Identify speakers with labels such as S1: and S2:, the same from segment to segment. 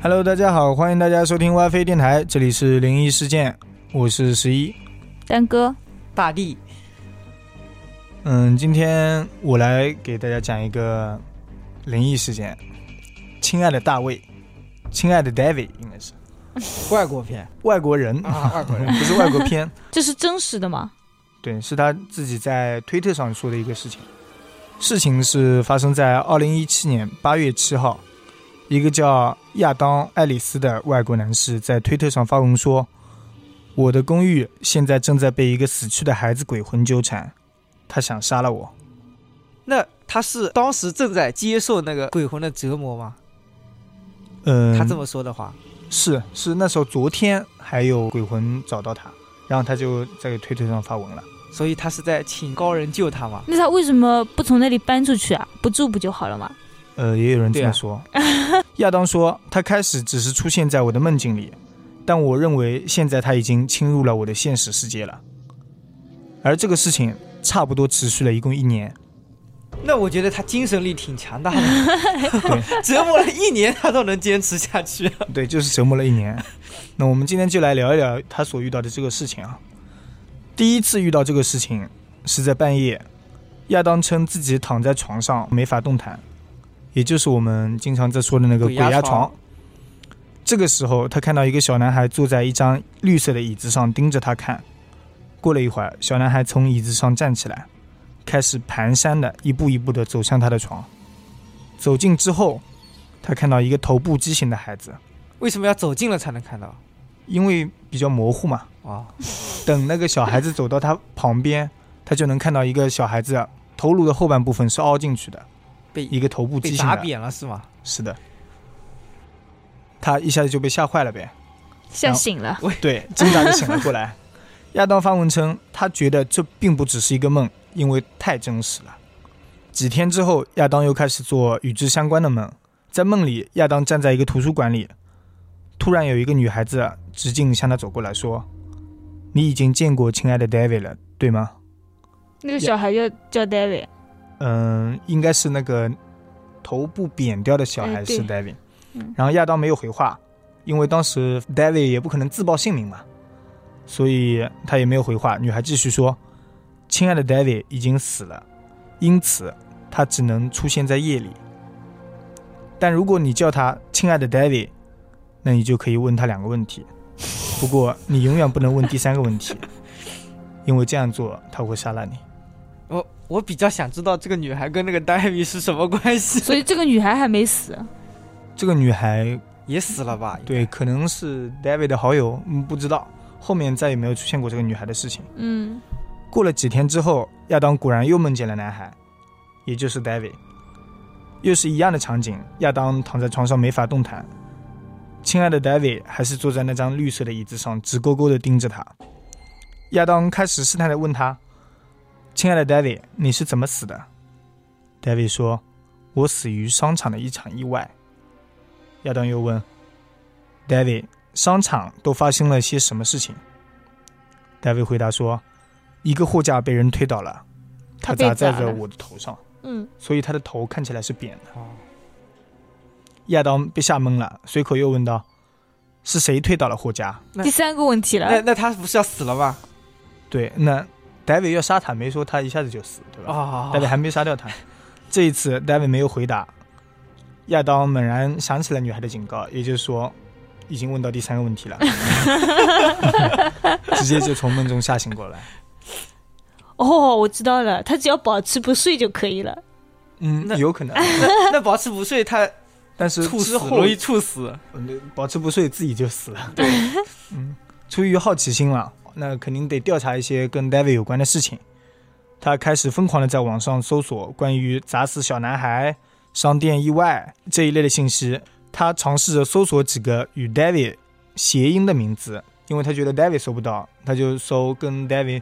S1: Hello， 大家好，欢迎大家收听 WiFi 电台，这里是灵异事件，我是11
S2: 丹哥
S3: 大力。
S1: 今天我来给大家讲一个灵异事件。亲爱的大卫，亲爱的 David， 应该是
S3: 外国片，
S1: 外国人
S3: 啊，外国人
S1: 不是外国片。
S2: 这是真实的吗？
S1: 对，是他自己在推特上说的一个事情。事情是发生在2017年8月7号，一个叫亚当·爱丽丝的外国男士在推特上发文说，我的公寓现在正在被一个死去的孩子鬼魂纠缠，他想杀了我。
S3: 那他是当时正在接受那个鬼魂的折磨吗？他这么说的话，
S1: 是那时候昨天还有鬼魂找到他，然后他就在推特上发文了。
S3: 所以他是在请高人救他吗？
S2: 那他为什么不从那里搬出去啊？不住不就好了吗？
S1: 也有人这么说。亚当说，他开始只是出现在我的梦境里，但我认为现在他已经侵入了我的现实世界了。而这个事情差不多持续了一共1年。
S3: 那我觉得他精神力挺强大的。对，折磨了1年他都能坚持下去。
S1: 对，就是折磨了1年。那我们今天就来聊一聊他所遇到的这个事情啊。第一次遇到这个事情是在半夜，亚当称自己躺在床上没法动弹，也就是我们经常在说的那个鬼压床。这个时候他看到一个小男孩坐在一张绿色的椅子上盯着他看。过了一会儿，小男孩从椅子上站起来，开始蹒跚的一步一步的走向他的床。走近之后，他看到一个头部畸形的孩子。
S3: 为什么要走近了才能看到？
S1: 因为比较模糊嘛。等那个小孩子走到他旁边，他就能看到一个小孩子头颅的后半部分是凹进去的，一个头部畸形的，
S3: 被打扁了是吗？
S1: 是的。他一下子就被吓坏了呗，
S2: 吓醒了。
S1: 对，挣扎着醒了过来。亚当发文称，他觉得这并不只是一个梦，因为太真实了。几天之后，亚当又开始做与之相关的梦。在梦里，亚当站在一个图书馆里，突然有一个女孩子直径向他走过来说，你已经见过亲爱的 David 了，对吗？
S2: 那个小孩叫 David。
S1: 应该是那个头部扁掉的小孩是 David。然后亚当没有回话，因为当时 David 也不可能自报姓名嘛，所以他也没有回话。女孩继续说，亲爱的 David 已经死了，因此他只能出现在夜里。但如果你叫他亲爱的 David， 那你就可以问他2个问题，不过你永远不能问第3个问题，因为这样做他会杀了你。
S3: 我比较想知道这个女孩跟那个 David 是什么关系。
S2: 所以这个女孩还没死？
S1: 这个女孩
S3: 也死了吧？
S1: 对，可能是 David 的好友，不知道。后面再也没有出现过这个女孩的事情。过了几天之后，亚当果然又梦见了男孩，也就是 David。又是一样的场景，亚当躺在床上没法动弹，亲爱的 David 还是坐在那张绿色的椅子上，直勾勾地盯着他。亚当开始试探地问他，亲爱的 David， 你是怎么死的？ David 说，我死于商场的一场意外。亚当又问 David， 商场都发生了些什么事情？ David 回答说，一个货架被人推倒了，它砸在了我的头上，所以他的头看起来是扁的。亚当被吓懵了，随口又问道，是谁推倒了货架？
S2: 第3个问题了。
S3: 那他不是要死了吗？
S1: 对，那 David 要杀他，没说他一下子就死，对吧？David 还没杀掉他。这一次 David 没有回答，亚当猛然想起了女孩的警告，也就是说已经问到第3个问题了。直接就从梦中吓醒过来。
S2: 我知道了，他只要保持不睡就可以了。
S1: 有可能。
S3: 那保持不睡他
S1: 但是
S3: 猝死容易猝死。
S1: 保持不睡自己就死了。对。出于好奇心了，那肯定得调查一些跟 David 有关的事情。他开始疯狂的在网上搜索关于砸死小男孩、商店意外这一类的信息。他尝试着搜索几个与 David 谐音的名字，因为他觉得 David 搜不到，他就搜跟 David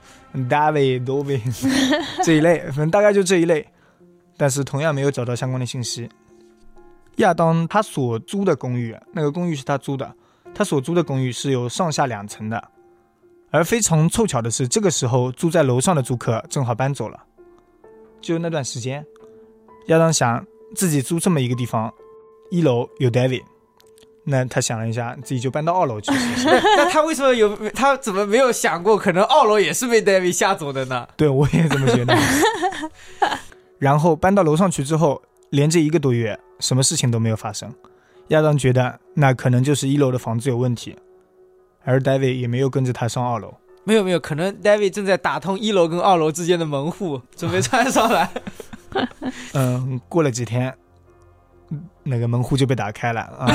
S1: 这一类，反正大概就这一类，但是同样没有找到相关的信息。亚当他所租的公寓，那个公寓是他租的，他所租的公寓是有上下2层的，而非常凑巧的是，这个时候住在楼上的租客正好搬走了。就那段时间，亚当想自己租这么一个地方，1楼有 David， 那他想了一下，自己就搬到2楼去
S3: 那他为什么他怎么没有想过可能2楼也是被 David 吓走的呢？
S1: 对，我也这么觉得。然后搬到楼上去之后，连着1个多月什么事情都没有发生。亚当觉得那可能就是1楼的房子有问题，而 David 也没有跟着他上2楼。
S3: 没有，可能 David 正在打通1楼跟2楼之间的门户，准备窜上来。
S1: 过了几天，那个门户就被打开了啊。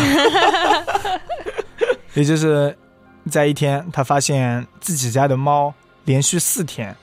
S1: 也就是在一天，他发现自己家的猫连续4天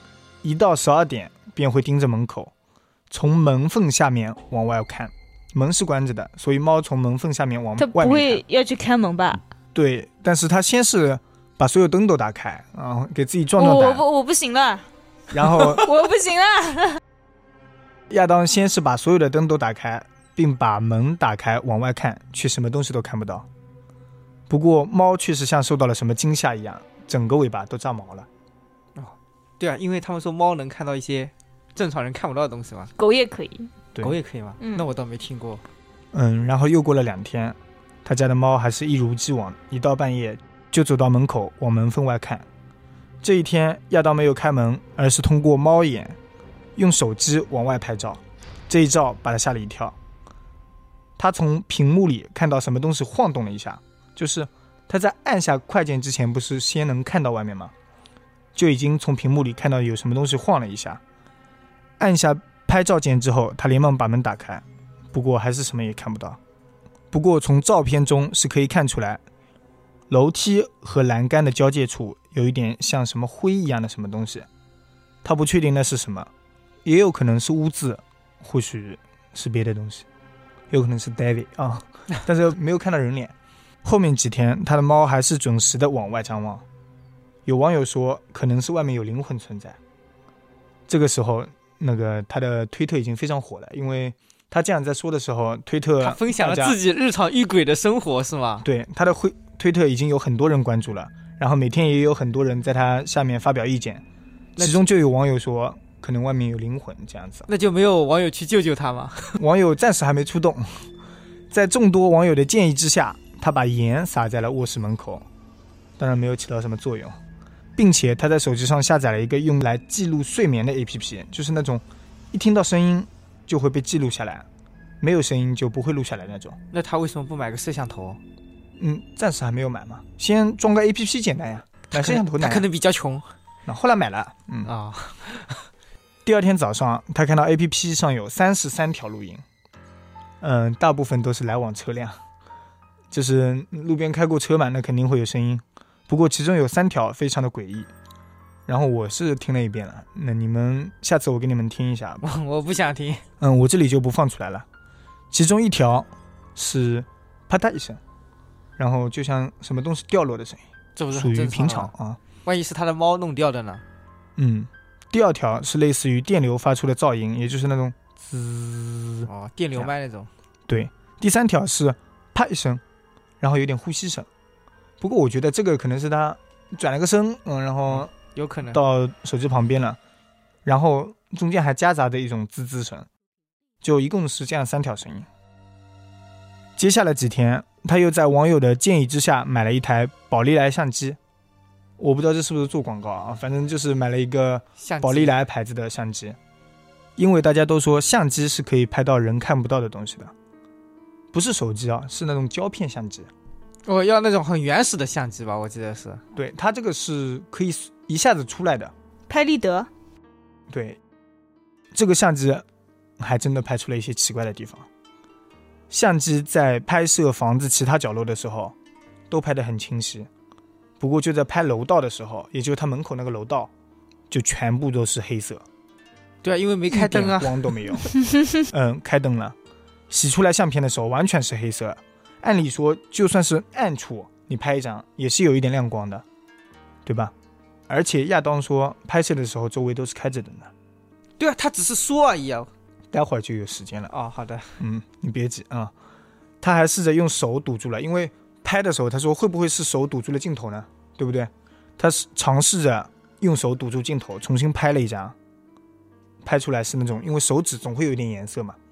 S1: 1到12点便会盯着门口，从门缝下面往外看。门是关着的，所以猫从门缝下面往外面看。
S2: 他不会要去开门吧？
S1: 对，但是他先是把所有灯都打开啊，给自己壮壮胆。
S2: 我不行了。
S1: 然后
S2: 我不行了。
S1: 亚当先是把所有的灯都打开，并把门打开往外看，却什么东西都看不到。不过猫确实像受到了什么惊吓一样，整个尾巴都炸毛了。
S3: 对啊，因为他们说猫能看到一些正常人看不到的东西嘛。
S2: 狗也可以。
S3: 狗也可以吗？那我倒没听过。
S1: 然后又过了2天，他家的猫还是一如既往，一到半夜就走到门口往门缝外看。这一天亚当没有开门，而是通过猫眼用手机往外拍照。这一照把他吓了一跳，他从屏幕里看到什么东西晃动了一下，就是他在按下快键之前不是先能看到外面吗？就已经从屏幕里看到有什么东西晃了一下。按下拍照键之后，他连忙把门打开，不过还是什么也看不到。不过从照片中是可以看出来，楼梯和栏杆的交界处有一点像什么灰一样的什么东西。他不确定那是什么，也有可能是污渍，或许是别的东西，有可能是 David 啊，但是没有看到人脸。后面几天他的猫还是准时的往外张望。有网友说可能是外面有灵魂存在。这个时候那个他的推特已经非常火了，因为他这样在说的时候，推特
S3: 他分享了自己日常遇鬼的生活是吗？
S1: 对，他的推特已经有很多人关注了，然后每天也有很多人在他下面发表意见，其中就有网友说可能外面有灵魂这样子。
S3: 那就没有网友去救救他吗？
S1: 网友暂时还没出动。在众多网友的建议之下，他把盐撒在了卧室门口，当然没有起到什么作用，并且他在手机上下载了一个用来记录睡眠的 APP， 就是那种一听到声音就会被记录下来，没有声音就不会录下来那种。
S3: 那他为什么不买个摄像头？
S1: 暂时还没有买嘛，先装个 APP 简单呀，买摄像头难。
S3: 他可能比较穷，
S1: 那后来买了。第二天早上，他看到 APP 上有33条录音，大部分都是来往车辆，就是路边开过车嘛，那肯定会有声音。不过其中有3条非常的诡异，然后我是听了一遍了，那你们下次我给你们听一下吧。
S3: 我不想听。
S1: 我这里就不放出来了。其中1条是啪嗒一声，然后就像什么东西掉落的声音，
S3: 这不是
S1: 属于平常啊。
S3: 万一是他的猫弄掉的呢？
S1: 第2条是类似于电流发出的噪音，也就是那种滋
S3: 电流麦那种。
S1: 对，第3条是啪一声，然后有点呼吸声。不过我觉得这个可能是他转了个身，然后
S3: 有可能
S1: 到手机旁边了，然后中间还夹杂着一种滋滋声，就一共是这样3条声音。接下来几天，他又在网友的建议之下买了一台宝丽来相机，我不知道这是不是做广告啊，反正就是买了一个宝丽来牌子的相机，因为大家都说相机是可以拍到人看不到的东西的，不是手机啊，是那种胶片相机。
S3: 我要那种很原始的相机吧，我记得是。
S1: 对，它这个是可以一下子出来的。
S2: 拍立得。
S1: 对，这个相机还真的拍出了一些奇怪的地方。相机在拍摄房子其他角落的时候都拍得很清晰，不过就在拍楼道的时候，也就是他门口那个楼道，就全部都是黑色。
S3: 对啊，因为没开灯啊，
S1: 一点光都没有。开灯了，洗出来相片的时候完全是黑色。按理说就算是暗处你拍一张也是有一点亮光的，对吧？而且亚当说拍摄的时候周围都是开着灯的。
S3: 对啊，他只是说而已啊。
S1: 待会儿就有时间了。
S3: 好的。
S1: 你别急啊。他还试着用手堵住了，因为拍的时候他说会不会是手堵住了镜头呢，对不对？他尝试着用手堵住镜头重新拍了一张，拍出来是那种，因为手指总会有一点颜色嘛，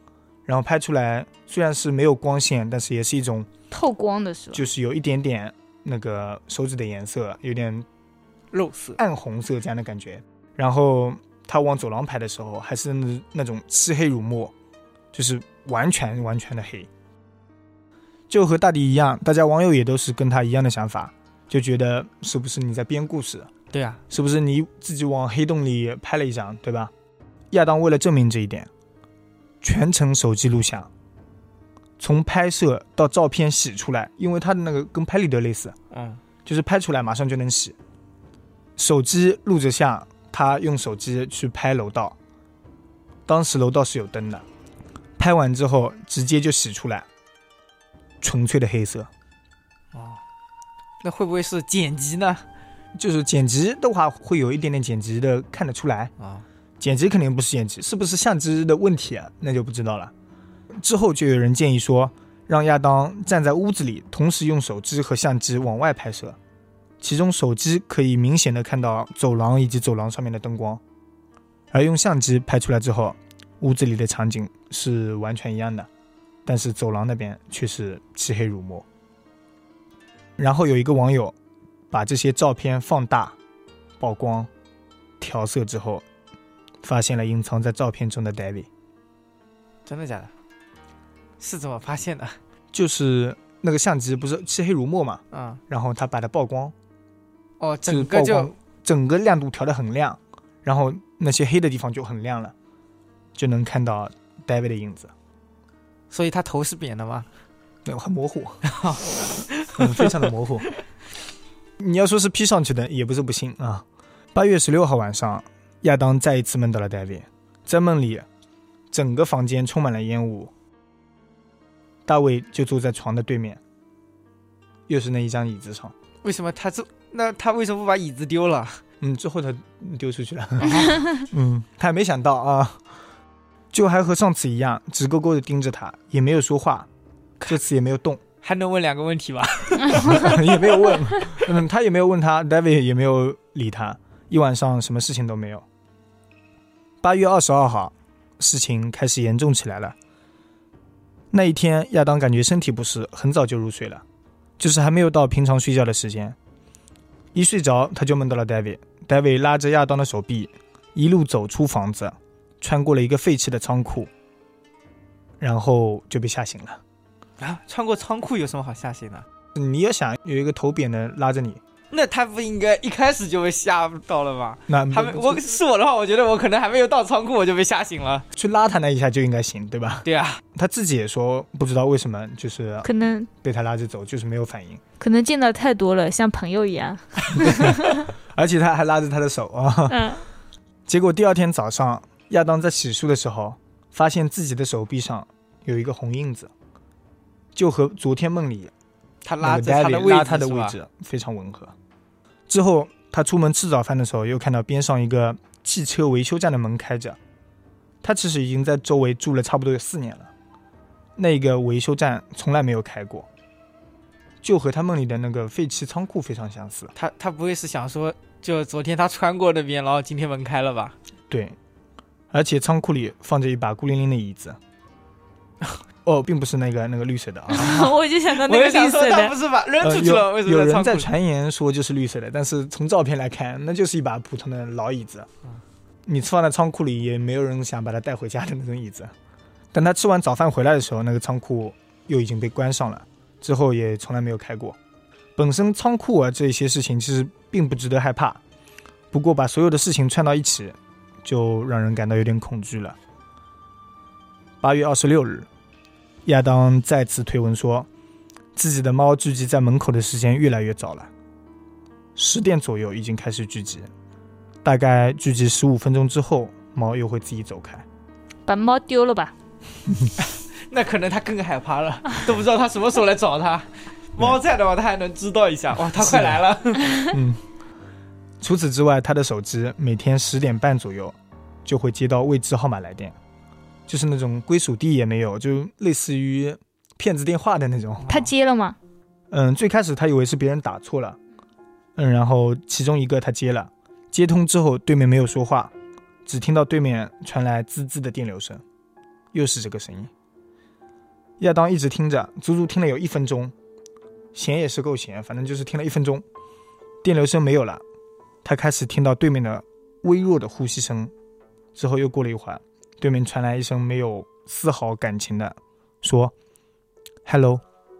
S1: 然后拍出来虽然是没有光线，但是也是一种
S2: 透光的是吧？
S1: 就是有一点点那个手指的颜色，有点
S3: 肉色、
S1: 暗红色这样的感觉。然后他往走廊拍的时候，还是那种漆黑如墨，就是完全的黑。就和大迪一样，大家网友也都是跟他一样的想法，就觉得是不是你在编故事？
S3: 对啊，
S1: 是不是你自己往黑洞里拍了一张，对吧？亚当为了证明这一点，全程手机录像，从拍摄到照片洗出来，因为他的那个跟拍立得类似，就是拍出来马上就能洗。手机录着像，他用手机去拍楼道，当时楼道是有灯的，拍完之后直接就洗出来，纯粹的黑色。
S3: 那会不会是剪辑呢？
S1: 就是剪辑的话，会有一点点剪辑的看得出来剪辑肯定不是剪辑，是不是相机的问题啊？那就不知道了。之后就有人建议说，让亚当站在屋子里，同时用手机和相机往外拍摄，其中手机可以明显的看到走廊以及走廊上面的灯光，而用相机拍出来之后，屋子里的场景是完全一样的，但是走廊那边却是漆黑如墨。然后有一个网友把这些照片放大、曝光、调色之后，发现了隐藏在照片中的 David。
S3: 真的假的？是怎么发现的？
S1: 就是那个相机不是漆黑如墨嘛，然后他把它曝光，整个亮度调得很亮，然后那些黑的地方就很亮了，就能看到 David 的影子。
S3: 所以他头是扁的吗？
S1: 很模糊非常的模糊。你要说是 P 上去的也不是不行啊。8月16号晚上，亚当再一次梦到了 David， 在梦里整个房间充满了烟雾，大卫就坐在床的对面，又是那一张椅子上。
S3: 为什么他为什么不把椅子丢了？
S1: 之后他丢出去了他也没想到啊，就还和上次一样直勾勾的盯着他，也没有说话，这次也没有动。
S3: 还能问2个问题吧？
S1: 也没有问他也没有问他， David 也没有理他，一晚上什么事情都没有。8月22号事情开始严重起来了。那一天亚当感觉身体不适，很早就入睡了，就是还没有到平常睡觉的时间。一睡着他就梦到了 David 拉着亚当的手臂一路走出房子，穿过了一个废弃的仓库，然后就被吓醒了。
S3: 穿过仓库有什么好吓醒的？
S1: 你要想有一个头扁的拉着你，
S3: 那他不应该一开始就被吓到了吗？
S1: 是
S3: 我的话，我觉得我可能还没有到仓库我就被吓醒了。
S1: 去拉他那一下就应该醒，对吧？
S3: 对啊，
S1: 他自己也说不知道为什么，就是
S2: 可能
S1: 被他拉着走，就是没有反应，
S2: 可能见到太多了，像朋友一样。
S1: 而且他还拉着他的手啊。结果第二天早上，亚当在洗漱的时候，发现自己的手臂上有一个红印子，就和昨天梦里
S3: 他拉着他的
S1: 位置非常吻合。之后他出门吃早饭的时候，又看到边上一个汽车维修站的门开着。他其实已经在周围住了差不多有4年了，那个维修站从来没有开过，就和他梦里的那个废弃仓库非常相似。
S3: 他不会是想说就昨天他穿过那边，然后今天门开了吧？
S1: 对，而且仓库里放着一把孤零零的椅子。并不是那个绿色的啊！
S2: 我就想到那个绿色的，
S3: 他不是把扔出去了？为什么
S1: 有人在传言说就是绿色的，但是从照片来看，那就是一把普通的老椅子。你放在仓库里，也没有人想把它带回家的那种椅子。等他吃完早饭回来的时候，那个仓库又已经被关上了，之后也从来没有开过。本身仓库这些事情其实并不值得害怕，不过把所有的事情串到一起，就让人感到有点恐惧了。8月26日。亚当再次推文说，自己的猫聚集在门口的时间越来越早了，10点左右已经开始聚集，大概聚集15分钟之后，猫又会自己走开。
S2: 把猫丢了吧？
S3: 那可能他更害怕了，都不知道他什么时候来找他。猫在的话，他还能知道一下，哇，他快来了。
S1: 除此之外，他的手机每天10点半左右就会接到未知号码来电。就是那种归属地也没有，就类似于骗子电话的那种。
S2: 他接了吗？
S1: 最开始他以为是别人打错了，然后其中一个他接了，接通之后对面没有说话，只听到对面传来滋滋的电流声，又是这个声音。 亚当一直听着，足足听了有1分钟，闲也是够闲，反正就是听了1分钟。电流声没有了，他开始听到对面的微弱的呼吸声。之后又过了一会儿，对面传来一声没有丝毫感情的说 Hello。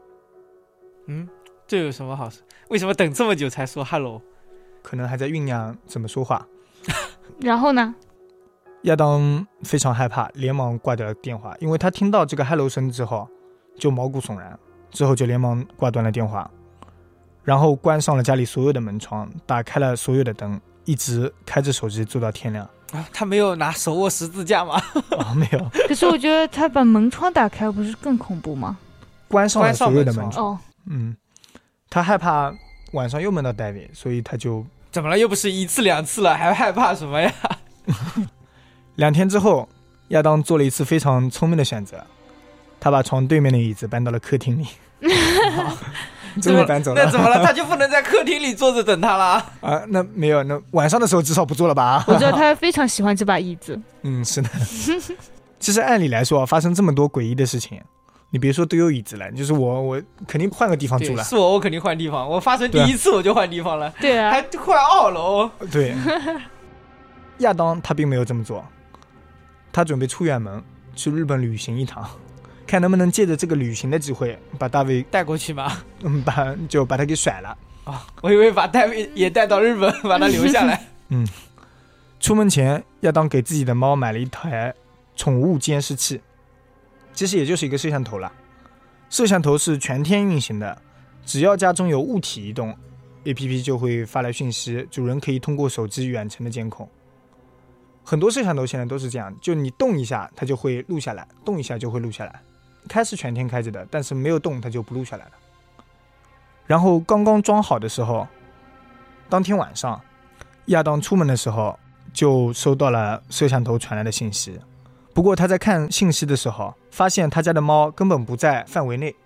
S3: 这有什么好事？为什么等这么久才说 Hello？
S1: 可能还在酝酿怎么说话。
S2: 然后呢？
S1: 亚当非常害怕，连忙挂掉了电话，因为他听到这个 Hello 声之后就毛骨悚然，之后就连忙挂断了电话，然后关上了家里所有的门窗，打开了所有的灯，一直开着手机做到天亮。
S3: 他没有拿手握十字架吗？
S1: 没有。
S2: 可是我觉得他把门窗打开不是更恐怖吗？
S1: 关上了所有的门窗。
S2: 哦，
S1: 他害怕晚上又梦到 David， 所以他就
S3: 怎么了？又不是1次2次了，还害怕什么呀
S1: ？2天之后，亚当做了一次非常聪明的选择，他把床对面的椅子搬到了客厅里。终于搬走了。
S3: 那怎么了？他就不能在客厅里坐着等他了
S1: 啊？那没有，那晚上的时候至少不做了吧？
S2: 我觉得他非常喜欢这把椅子。
S1: 是的。其实按理来说，发生这么多诡异的事情，你别说都有椅子了，就是我肯定换个地方住了。
S3: 是我肯定换地方。我发生第1次我就换地方了。
S2: 对啊，
S3: 还换2楼。
S1: 对。亚当他并没有这么做，他准备出远门去日本旅行一趟，看能不能借着这个旅行的机会把大卫
S3: 带过去吗？
S1: 把他给甩了。
S3: 我以为把大卫也带到日本，把他留下来。
S1: 出门前，亚当给自己的猫买了一台宠物监视器，其实也就是一个摄像头了。摄像头是全天运行的，只要家中有物体移动 ，APP 就会发来讯息，主人可以通过手机远程的监控。很多摄像头现在都是这样，就你动一下它就会录下来，动一下就会录下来。开是全天开着的，但是没有动它就不录下来了。然后刚刚装好的时候，当天晚上亚当出门的时候就收到了摄像头传来的信息，不过他在看信息的时候发现他家的猫根本不在范围内。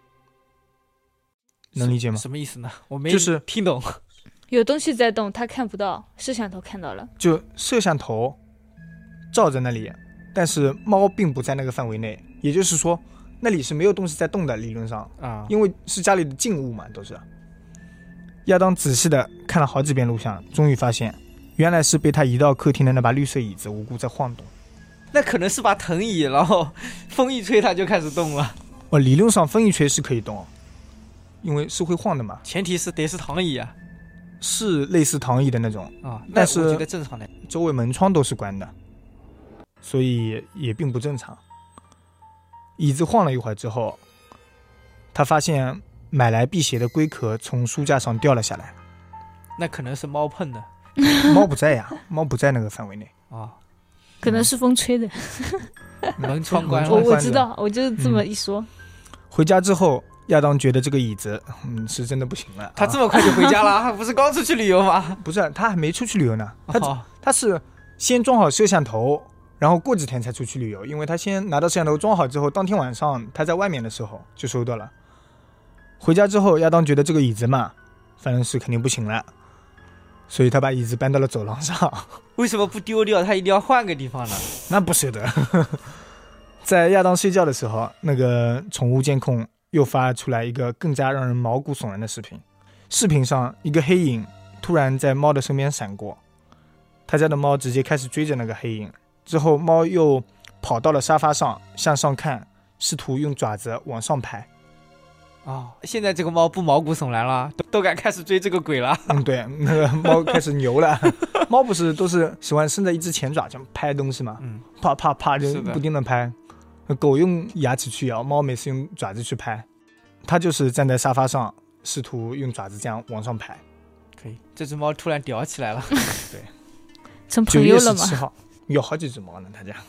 S1: 能理解吗？
S3: 什么意思呢？我没
S1: 就是
S3: 听懂。
S2: 有东西在动，他看不到，摄像头看到了。
S1: 就摄像头照着那里，但是猫并不在那个范围内，也就是说那里是没有东西在动的，理论上因为是家里的静物嘛，都是。亚当仔细的看了好几遍录像，终于发现原来是被他移到客厅的那把绿色椅子无故在晃动。
S3: 那可能是把藤椅，然后风一吹它就开始动了。
S1: 理论上风一吹是可以动，因为是会晃的嘛。
S3: 前提是得是躺椅啊。
S1: 是类似躺椅的那种但是
S3: 我觉得正常的，
S1: 周围门窗都是关的，所以也并不正常。椅子晃了一会儿之后，他发现买来辟邪的龟壳从书架上掉了下来。
S3: 那可能是猫碰的。
S1: 猫不在呀，猫不在那个范围内
S2: 可能是风吹的。
S3: 门窗关了。
S2: 我知道，我就这么一说。
S1: 回家之后，亚当觉得这个椅子是真的不行了。
S3: 他这么快就回家了？他不是刚出去旅游吗？
S1: 不是，他还没出去旅游呢。他是先装好摄像头，然后过几天才出去旅游，因为他先拿到摄像头装好之后，当天晚上他在外面的时候就收到了。回家之后，亚当觉得这个椅子嘛，反正是肯定不行了，所以他把椅子搬到了走廊上。
S3: 为什么不丢掉？他一定要换个地方呢？
S1: 那不是的。在亚当睡觉的时候，那个宠物监控又发出来一个更加让人毛骨悚然的视频。视频上一个黑影突然在猫的身边闪过，他家的猫直接开始追着那个黑影，之后猫又跑到了沙发上向上看，试图用爪子往上拍。
S3: 现在这个猫不毛骨悚然了，都敢开始追这个鬼了。
S1: 对，那个猫开始牛了。猫不是都是喜欢伸着一只前爪这样拍东西吗？啪啪啪就不停的拍。狗用牙齿去咬，猫每次用爪子去拍。它就是站在沙发上试图用爪子这样往上拍。
S3: 可以，这只猫突然屌起来了。
S1: 对，
S2: 成朋友了吗？
S1: 9月17号有好几只猫呢，他家。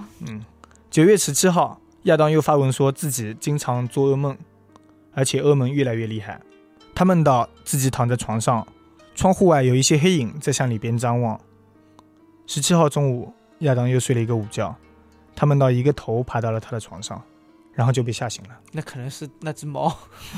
S2: 9
S1: 月17号亚当又发文说自己经常做噩梦，而且噩梦越来越厉害。他梦到自己躺在床上，窗户外有一些黑影在向里边张望。17号中午，亚当又睡了一个午觉，他梦到一个头爬到了他的床上，然后就被吓醒了。
S3: 那可能是那只猫。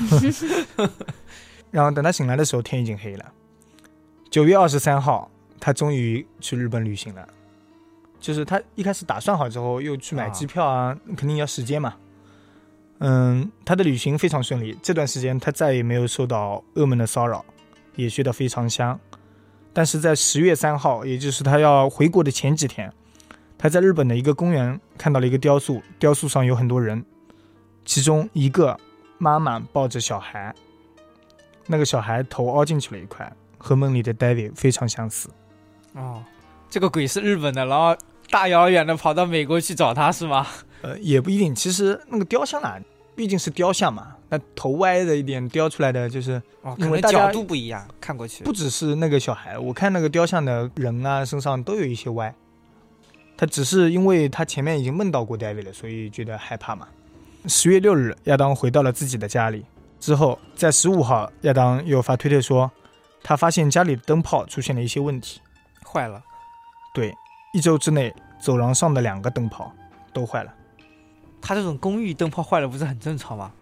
S1: 然后等他醒来的时候，天已经黑了。9月23号，他终于去日本旅行了。就是他一开始打算好之后，又去买机票肯定要时间嘛。 他的旅行非常顺利，这段时间他再也没有受到噩梦的骚扰，也睡得非常香。但是在10月3号，也就是他要回国的前几天，他在日本的一个公园看到了一个雕塑，雕塑上有很多人，其中一个妈妈抱着小孩，那个小孩头凹进去了一块，和梦里的 David 非常相似。
S3: 哦，这个鬼是日本的，然后大遥远的跑到美国去找他是吗？
S1: 也不一定，其实那个雕像毕竟是雕像嘛，那头歪的一点雕出来的就是
S3: 可能角度不一样，看过去
S1: 不只是那个小孩，我看那个雕像的人啊身上都有一些歪，他只是因为他前面已经梦到过 David 了，所以觉得害怕嘛。10月6日，亚当回到了自己的家里之后，在15号，亚当又发推特说，他发现家里的灯泡出现了一些问题，
S3: 坏了。
S1: 对，1周之内，走廊上的2个灯泡都坏了。
S3: 他这种公寓灯泡坏了不是很正常吗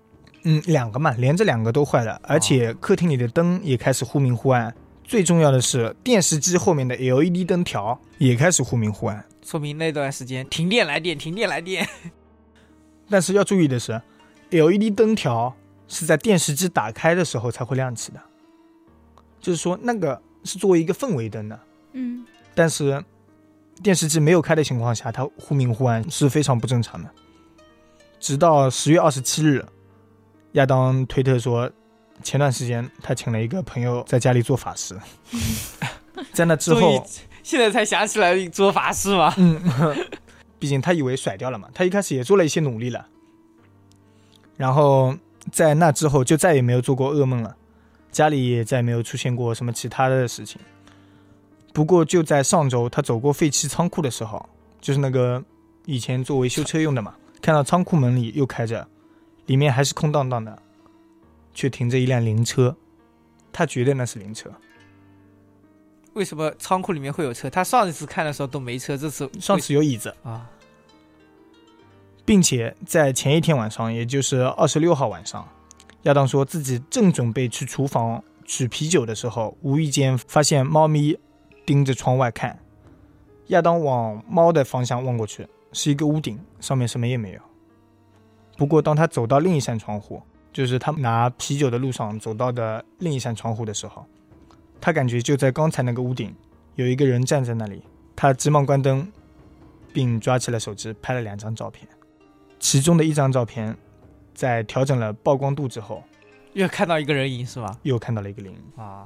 S1: ？2个嘛，连着2个都坏了，而且客厅里的灯也开始忽明忽暗。最重要的是，电视机后面的 LED 灯条也开始忽明忽暗，
S3: 说明那段时间停电来电，停电来电。
S1: 但是要注意的是 ，LED 灯条是在电视机打开的时候才会亮起的，就是说那个是作为一个氛围灯的。但是电视机没有开的情况下，它忽明忽暗是非常不正常的。直到10月27日，亚当推特说，前段时间他请了一个朋友在家里做法事。在那之后，
S3: 现在才想起来做法事吗？
S1: 毕竟他以为甩掉了嘛，他一开始也做了一些努力了。然后在那之后就再也没有做过噩梦了，家里也再也没有出现过什么其他的事情。不过就在上周，他走过废弃仓库的时候，就是那个以前作为修车用的嘛，看到仓库门里又开着，里面还是空荡荡的，却停着一辆灵车，他觉得那是灵车。
S3: 为什么仓库里面会有车？他上一次看的时候都没车，这次
S1: 上次有椅子
S3: 啊，
S1: 并且在前一天晚上，也就是26号晚上，亚当说自己正准备去厨房取啤酒的时候，无意间发现猫咪盯着窗外看。亚当往猫的方向望过去，是一个屋顶，上面什么也没有。不过当他走到另一扇窗户，就是他拿啤酒的路上走到的另一扇窗户的时候，他感觉就在刚才那个屋顶有一个人站在那里。他急忙关灯，并抓起了手机拍了2张照片。其中的一张照片在调整了曝光度之后，
S3: 又看到一个人影是吗？
S1: 又看到了一个人
S3: 啊，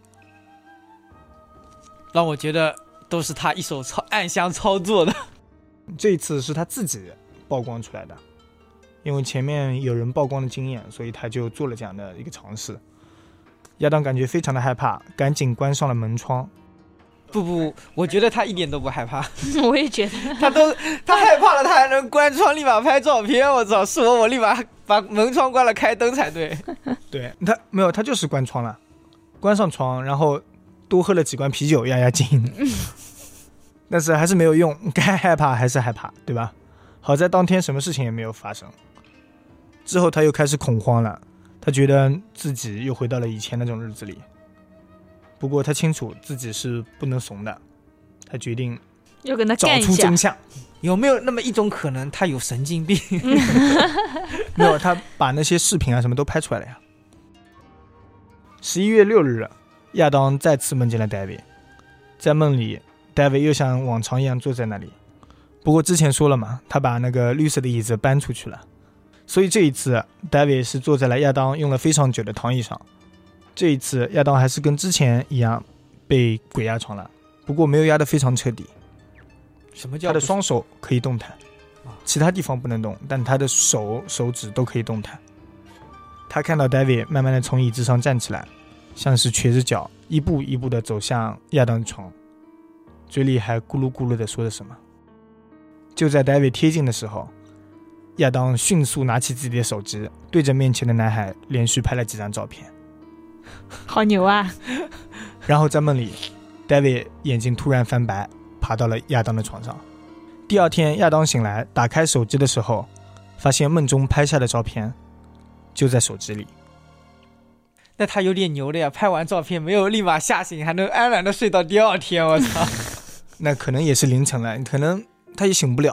S3: 让我觉得都是他一手暗箱操作的。
S1: 这一次是他自己曝光出来的，因为前面有人曝光的经验，所以他就做了这样的一个尝试。亚当感觉非常的害怕，赶紧关上了门窗。
S3: 不，我觉得他一点都不害怕。
S2: 我也觉得
S3: 他害怕了，他还能关窗立马拍照片。我操，是我立马把门窗关了开灯才对。
S1: 对，他没有，他就是关窗了，关上窗，然后多喝了几罐啤酒压压惊。但是还是没有用，该害怕还是害怕，对吧？好在当天什么事情也没有发生。之后他又开始恐慌了，他觉得自己又回到了以前那种日子里。不过他清楚自己是不能怂的，他决定
S2: 要跟他干一下，
S1: 找出真相。
S3: 有没有那么一种可能，他有神经病？
S1: 没有，他把那些视频啊什么都拍出来了呀。11月6日，亚当再次梦见了 David。 在梦里 David 又像往常一样坐在那里，不过之前说了嘛，他把那个绿色的椅子搬出去了，所以这一次 David 是坐在了亚当用了非常久的躺椅上。这一次亚当还是跟之前一样被鬼压床了，不过没有压得非常彻底。
S3: 什么叫
S1: 他的双手可以动弹，其他地方不能动，但他的手指都可以动弹。他看到 David 慢慢的从椅子上站起来，像是瘸着脚一步一步的走向亚当的床，嘴里还咕噜咕噜的说着什么。就在 David 贴近的时候，亚当迅速拿起自己的手机，对着面前的男孩连续拍了几张照片。
S2: 好牛啊！
S1: 然后在梦里 David 眼睛突然翻白，爬到了亚当的床上。第二天亚当醒来，打开手机的时候，发现梦中拍下的照片就在手机里。
S3: 那他有点牛的呀，拍完照片没有立马吓醒，还能安然的睡到第二天。我操！
S1: 那可能也是凌晨了，可能他也醒不了。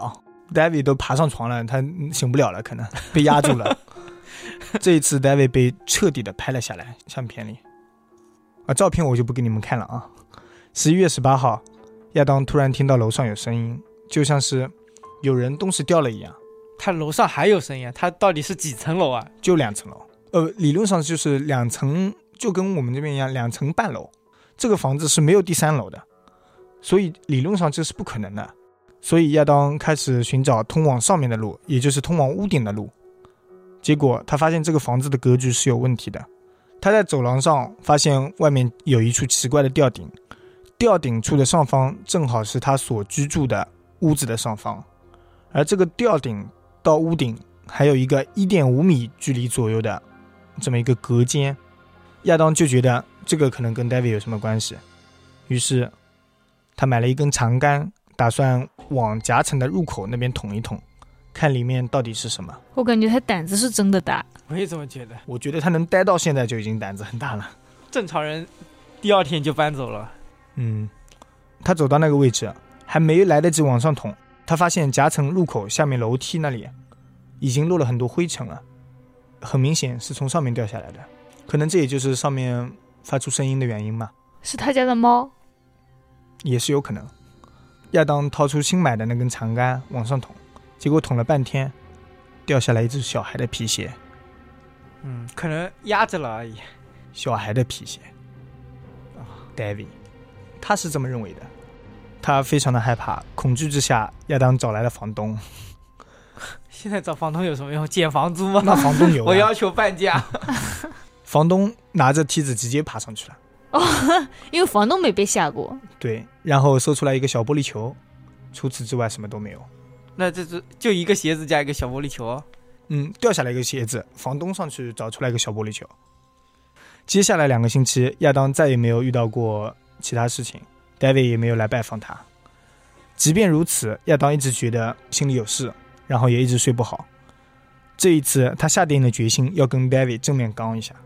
S1: David 都爬上床了，他醒不了了，可能被压住了。这一次 David 被彻底的拍了下来，相片里照片我就不给你们看了啊。11月18号，亚当突然听到楼上有声音，就像是有人东西掉了一样。
S3: 他楼上还有声音啊？他到底是几层楼啊？
S1: 就2层楼，理论上就是2层，就跟我们这边一样，2层半楼。这个房子是没有第3楼的，所以理论上这是不可能的。所以亚当开始寻找通往上面的路，也就是通往屋顶的路。结果他发现这个房子的格局是有问题的。他在走廊上发现外面有一处奇怪的吊顶，吊顶处的上方正好是他所居住的屋子的上方，而这个吊顶到屋顶还有一个 1.5 米距离左右的这么一个隔间。亚当就觉得这个可能跟 David 有什么关系，于是他买了一根长杆，打算往夹层的入口那边捅一捅，看里面到底是什么。
S2: 我感觉他胆子是真的大。
S3: 我也这么觉得。
S1: 我觉得他能待到现在就已经胆子很大了。
S3: 正常人第2天就搬走了。
S1: 他走到那个位置，还没来得及往上捅，他发现夹层入口下面楼梯那里已经落了很多灰尘了，很明显是从上面掉下来的。可能这也就是上面发出声音的原因嘛。
S2: 是他家的猫？
S1: 也是有可能。亚当掏出新买的那根长杆往上捅，结果捅了半天，掉下来一只小孩的皮鞋。
S3: 可能压着了而已。
S1: 小孩的皮鞋。David 他是这么认为的。他非常的害怕，恐惧之下，亚当找来了房东。
S3: 现在找房东有什么用？减房租吗？
S1: 那房东有、
S3: 我要求半价。
S1: 房东拿着梯子直接爬上去了。
S2: 因为房东没被吓过。
S1: 对，然后搜出来一个小玻璃球，除此之外什么都没有。
S3: 那这就一个鞋子加一个小玻璃球。
S1: 掉下来一个鞋子，房东上去找出来一个小玻璃球。接下来2个星期，亚当再也没有遇到过其他事情， David 也没有来拜访他。即便如此，亚当一直觉得心里有事，然后也一直睡不好。这一次他下定了决心要跟 David 正面刚一下。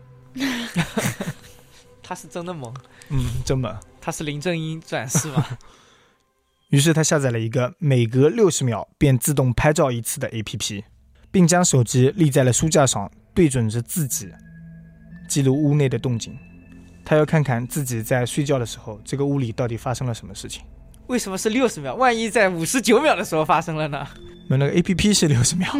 S3: 他是真的猛。
S1: 真猛。
S3: 他是林正英转世吗？
S1: 于是他下载了一个每隔60秒便自动拍照一次的 APP， 并将手机立在了书架上，对准着自己，记录屋内的动静。他要看看自己在睡觉的时候，这个屋里到底发生了什么事情。
S3: 为什么是60秒？万一在59秒的时候发生了呢？
S1: 那个 APP 是60秒。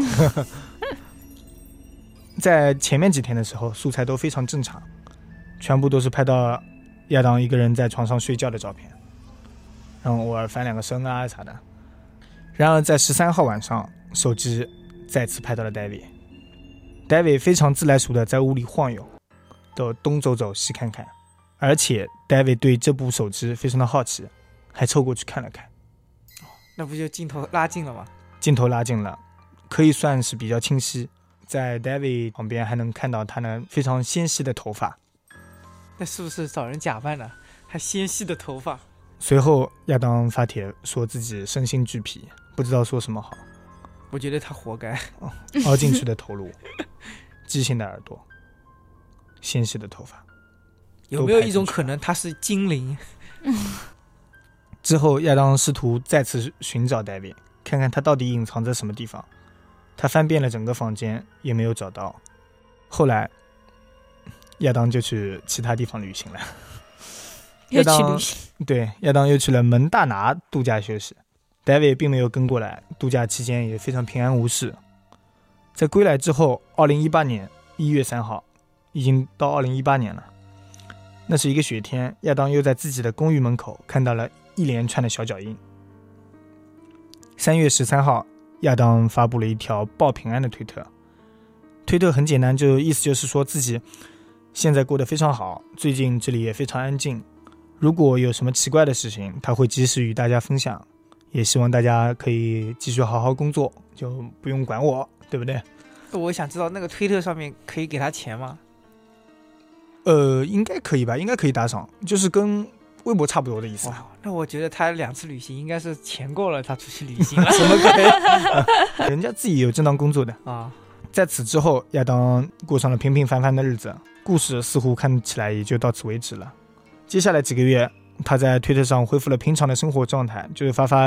S1: 在前面几天的时候，素材都非常正常，全部都是拍到亚当一个人在床上睡觉的照片，然后偶尔翻2个身啊啥的。然而在13号晚上，手机再次拍到了 David 非常自来熟的在屋里晃悠，都东走走西看看，而且 David 对这部手机非常的好奇，还凑过去看了看。
S3: 那不就镜头拉近了吗？
S1: 镜头拉近了，可以算是比较清晰，在 David 旁边还能看到他那非常纤细的头发。
S3: 那是不是找人假扮呢？还纤细的头发。
S1: 随后亚当发帖说自己身心俱疲，不知道说什么好。
S3: 我觉得他活该。
S1: 凹进去的头颅，畸形的耳朵，纤细的头发。
S3: 有没有一种可能他是精灵？
S1: 之后亚当试图再次寻找 David， 看看他到底隐藏在什么地方。他翻遍了整个房间也没有找到。后来亚当就去其他地方旅行了。
S2: 又去旅行。
S1: 对，亚当又去了蒙大拿度假休息。David 并没有跟过来，度假期间也非常平安无事。在归来之后，2018年1月3号，已经到2018年了。那是一个雪天，亚当又在自己的公寓门口看到了一连串的小脚印。3月13号，亚当发布了一条报平安的推特。推特很简单，就意思就是说自己现在过得非常好，最近这里也非常安静。如果有什么奇怪的事情，他会及时与大家分享，也希望大家可以继续好好工作，就不用管我，对不对？
S3: 我想知道那个推特上面可以给他钱吗？
S1: 应该可以吧，应该可以打赏，就是跟微博差不多的意思。
S3: 那我觉得他2次旅行应该是钱够了，他出去旅行了。
S1: 什么鬼？人家自己有正当工作的
S3: 啊。
S1: 在此之后，亚当过上了平平凡凡的日子，故事似乎看起来也就到此为止了。接下来几个月，他在推特上恢复了平常的生活状态，就是发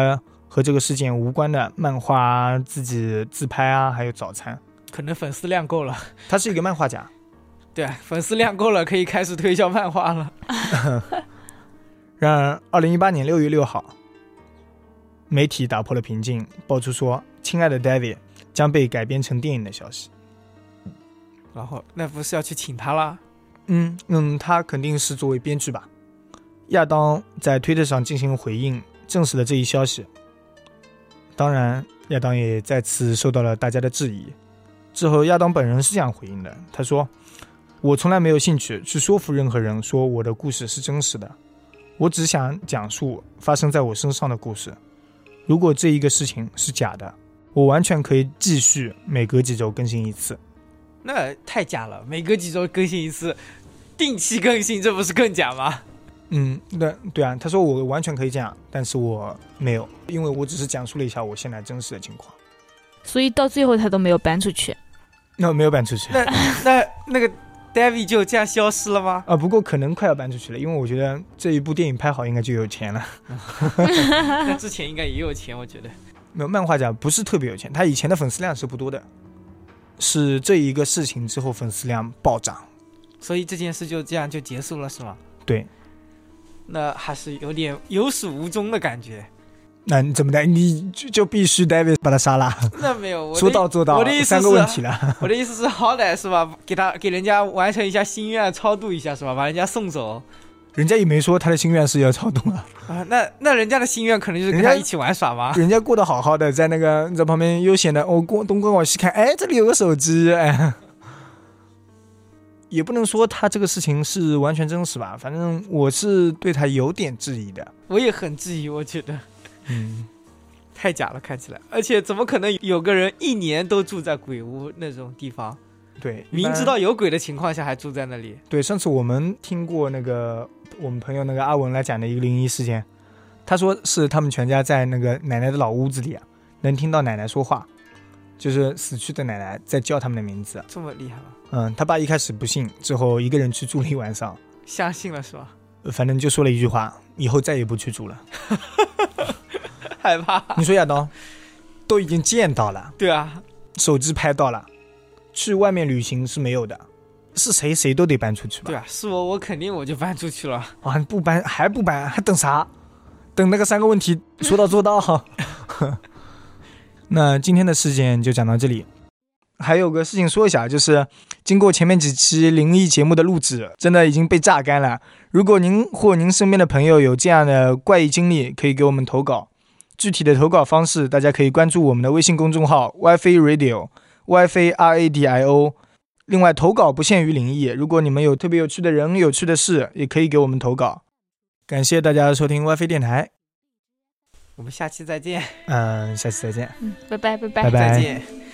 S1: 和这个事件无关的漫画、自己自拍啊，还有早餐。
S3: 可能粉丝量够了。
S1: 他是一个漫画家。
S3: 对啊，粉丝量够了，可以开始推销漫画了。
S1: 然而2018年6月6号，媒体打破了平静，爆出说亲爱的 David 将被改编成电影的消息。
S3: 然后那不是要去请他了？
S1: 他肯定是作为编剧吧。亚当在推特上进行回应，证实了这一消息。当然亚当也再次受到了大家的质疑。之后亚当本人是这样回应的，他说，我从来没有兴趣去说服任何人说我的故事是真实的，我只想讲述发生在我身上的故事。如果这一个事情是假的，我完全可以继续每隔几周更新一次。
S3: 那太假了，每隔几周更新一次，定期更新，这不是更假吗？
S1: 对啊，他说我完全可以这样，但是我没有，因为我只是讲述了一下我现在真实的情况。
S2: 所以到最后他都没有搬出去。
S1: 没有搬出去。
S3: 那个 David 就这样消失了吗？
S1: 不过可能快要搬出去了，因为我觉得这一部电影拍好应该就有钱了。
S3: 那之前应该也有钱，我觉得。
S1: 没有，漫画家不是特别有钱，他以前的粉丝量是不多的，是这一个事情之后粉丝量暴涨，
S3: 所以这件事就这样就结束了是吗？
S1: 对。
S3: 那还是有点有始无终的感觉。
S1: 那你怎么的？你就必须 David 把他杀了？
S3: 那没有，
S1: 说到做到。
S3: 我的意思是
S1: 3个问题了。
S3: 我的意思是，好歹是吧，给人家完成一下心愿，超度一下是吧，把人家送走。
S1: 人家也没说他的心愿是要超度啊。
S3: 那人家的心愿可能就是跟他一起玩耍吗？
S1: 人家过得好好的，在旁边悠闲的，东观往西看，这里有个手机，也不能说他这个事情是完全真实吧，反正我是对他有点质疑的。
S3: 我也很质疑，我觉得。太假了，看起来，而且怎么可能有个人1年都住在鬼屋那种地方？
S1: 对，
S3: 明知道有鬼的情况下还住在那里。
S1: 对，上次我们听过我们朋友阿文来讲的一个灵异事件，他说是他们全家在奶奶的老屋子里能听到奶奶说话，就是死去的奶奶在叫他们的名字。
S3: 这么厉害吗？
S1: 他爸一开始不信，之后一个人去住了1晚上，
S3: 相信了是吧？
S1: 反正就说了一句话，以后再也不去住了。
S3: 害怕。
S1: 你说亚当都已经见到了，
S3: 对啊，
S1: 手机拍到了，去外面旅行是没有的，是谁都得搬出去吧？
S3: 对啊，是我肯定我就搬出去了。
S1: 不搬还不搬，还等啥？等那个3个问题说到做到。那今天的事件就讲到这里。还有个事情说一下，就是经过前面几期灵异节目的录制，真的已经被榨干了。如果您或您身边的朋友有这样的怪异经历，可以给我们投稿。具体的投稿方式，大家可以关注我们的微信公众号 WiFi Radio WiFi RADIO。另外，投稿不限于灵异，如果你们有特别有趣的人、有趣的事，也可以给我们投稿。感谢大家收听 WiFi 电台，
S3: 我们下期再见。
S1: 下期再见。
S2: 拜拜。
S1: 拜拜。
S3: 再见。